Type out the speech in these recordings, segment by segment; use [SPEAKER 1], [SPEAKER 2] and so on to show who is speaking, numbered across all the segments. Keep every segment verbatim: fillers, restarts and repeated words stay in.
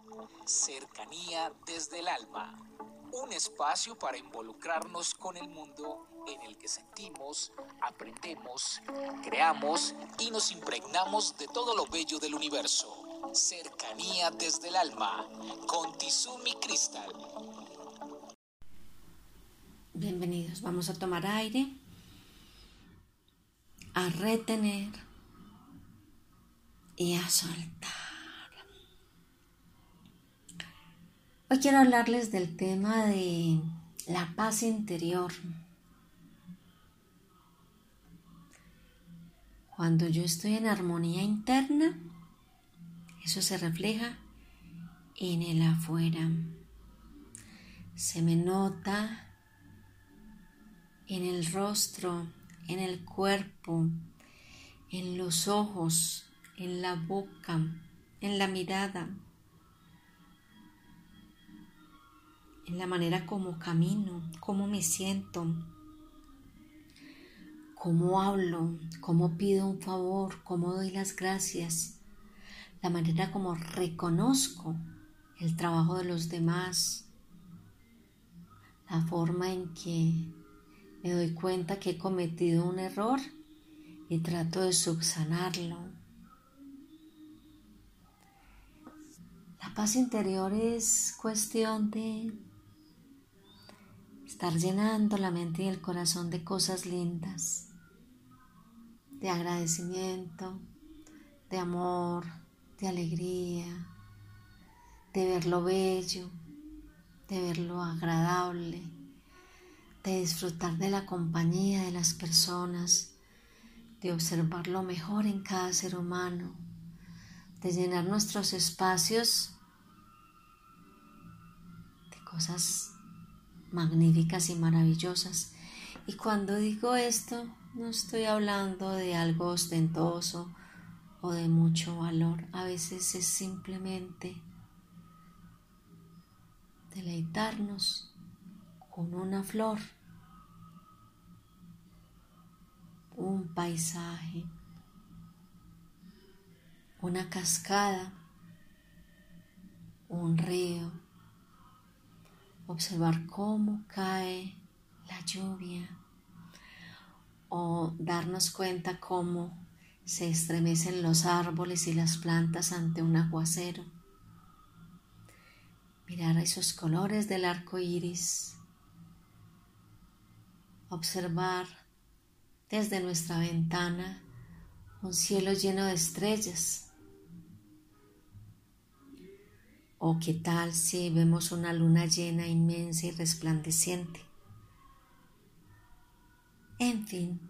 [SPEAKER 1] Cercanía desde el alma. Un espacio para involucrarnos con el mundo en el que sentimos, aprendemos, creamos y nos impregnamos de todo lo bello del universo. Cercanía desde el alma, con Tizumi Crystal.
[SPEAKER 2] Bienvenidos, vamos a tomar aire, a retener y a soltar. Hoy quiero hablarles del tema de la paz interior. Cuando yo estoy en armonía interna, eso se refleja en el afuera. Se me nota en el rostro, en el cuerpo, en los ojos, en la boca, en la mirada, en la manera como camino, cómo me siento, cómo hablo, cómo pido un favor, cómo doy las gracias, la manera como reconozco el trabajo de los demás, la forma en que me doy cuenta que he cometido un error y trato de subsanarlo. La paz interior es cuestión de estar llenando la mente y el corazón de cosas lindas, de agradecimiento, de amor, de alegría, de ver lo bello, de ver lo agradable, de disfrutar de la compañía de las personas, de observar lo mejor en cada ser humano, de llenar nuestros espacios de cosas magníficas y maravillosas. Y cuando digo esto, no estoy hablando de algo ostentoso o de mucho valor. A veces es simplemente deleitarnos con una flor, un paisaje, una cascada, un río, observar cómo cae la lluvia o darnos cuenta cómo se estremecen los árboles y las plantas ante un aguacero. Mirar esos colores del arco iris, observar desde nuestra ventana un cielo lleno de estrellas. ¿O qué tal si vemos una luna llena, inmensa y resplandeciente? En fin,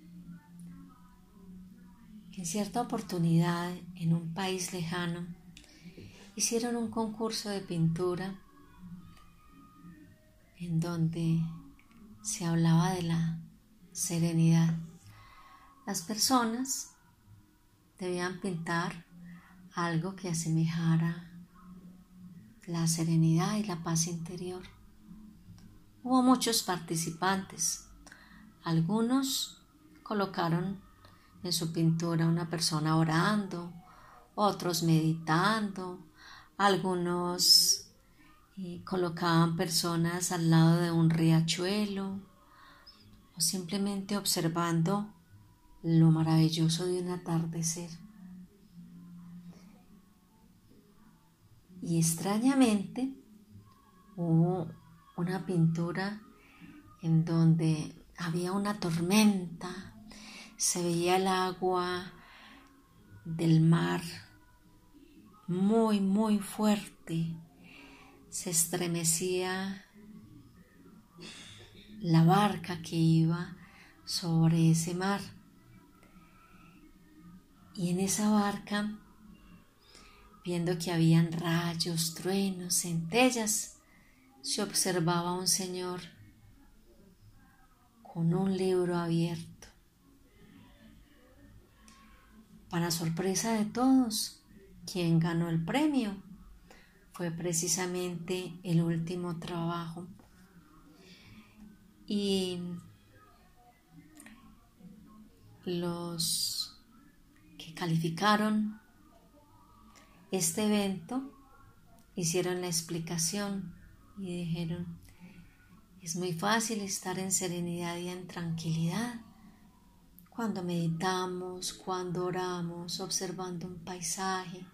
[SPEAKER 2] en cierta oportunidad, en un país lejano, hicieron un concurso de pintura en donde se hablaba de la serenidad. Las personas debían pintar algo que asemejara la serenidad y la paz interior. Hubo muchos participantes. Algunos colocaron en su pintura una persona orando, otros meditando, algunos eh, colocaban personas al lado de un riachuelo o simplemente observando lo maravilloso de un atardecer. Y extrañamente hubo una pintura en donde había una tormenta, se veía el agua del mar muy, muy fuerte, se estremecía la barca que iba sobre ese mar. Y en esa barca, viendo que habían rayos, truenos, centellas, se observaba un señor con un libro abierto. Para sorpresa de todos, quien ganó el premio fue precisamente el último trabajo. Y los que calificaron este evento hicieron la explicación y dijeron, es muy fácil estar en serenidad y en tranquilidad cuando meditamos, cuando oramos, observando un paisaje,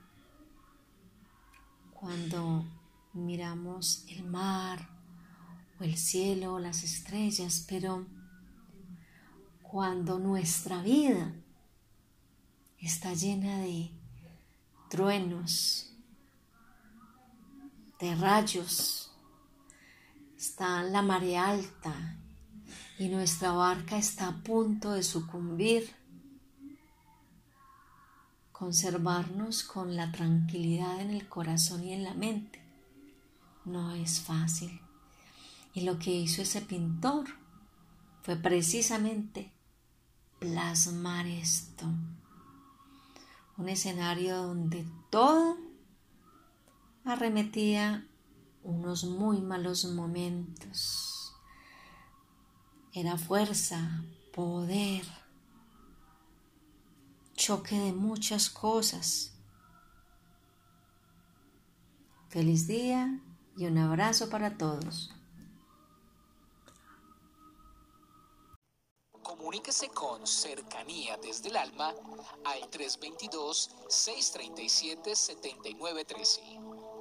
[SPEAKER 2] cuando miramos el mar o el cielo o las estrellas, pero cuando nuestra vida está llena de truenos, de rayos, está la marea alta y nuestra barca está a punto de sucumbir, conservarnos con la tranquilidad en el corazón y en la mente no es fácil. Y lo que hizo ese pintor fue precisamente plasmar esto. Un escenario donde todo arremetía unos muy malos momentos. Era fuerza, poder, choque de muchas cosas. Feliz día y un abrazo para todos.
[SPEAKER 1] Comuníquese con Cercanía desde el Alma al tres dos dos, seis tres siete, siete nueve uno tres.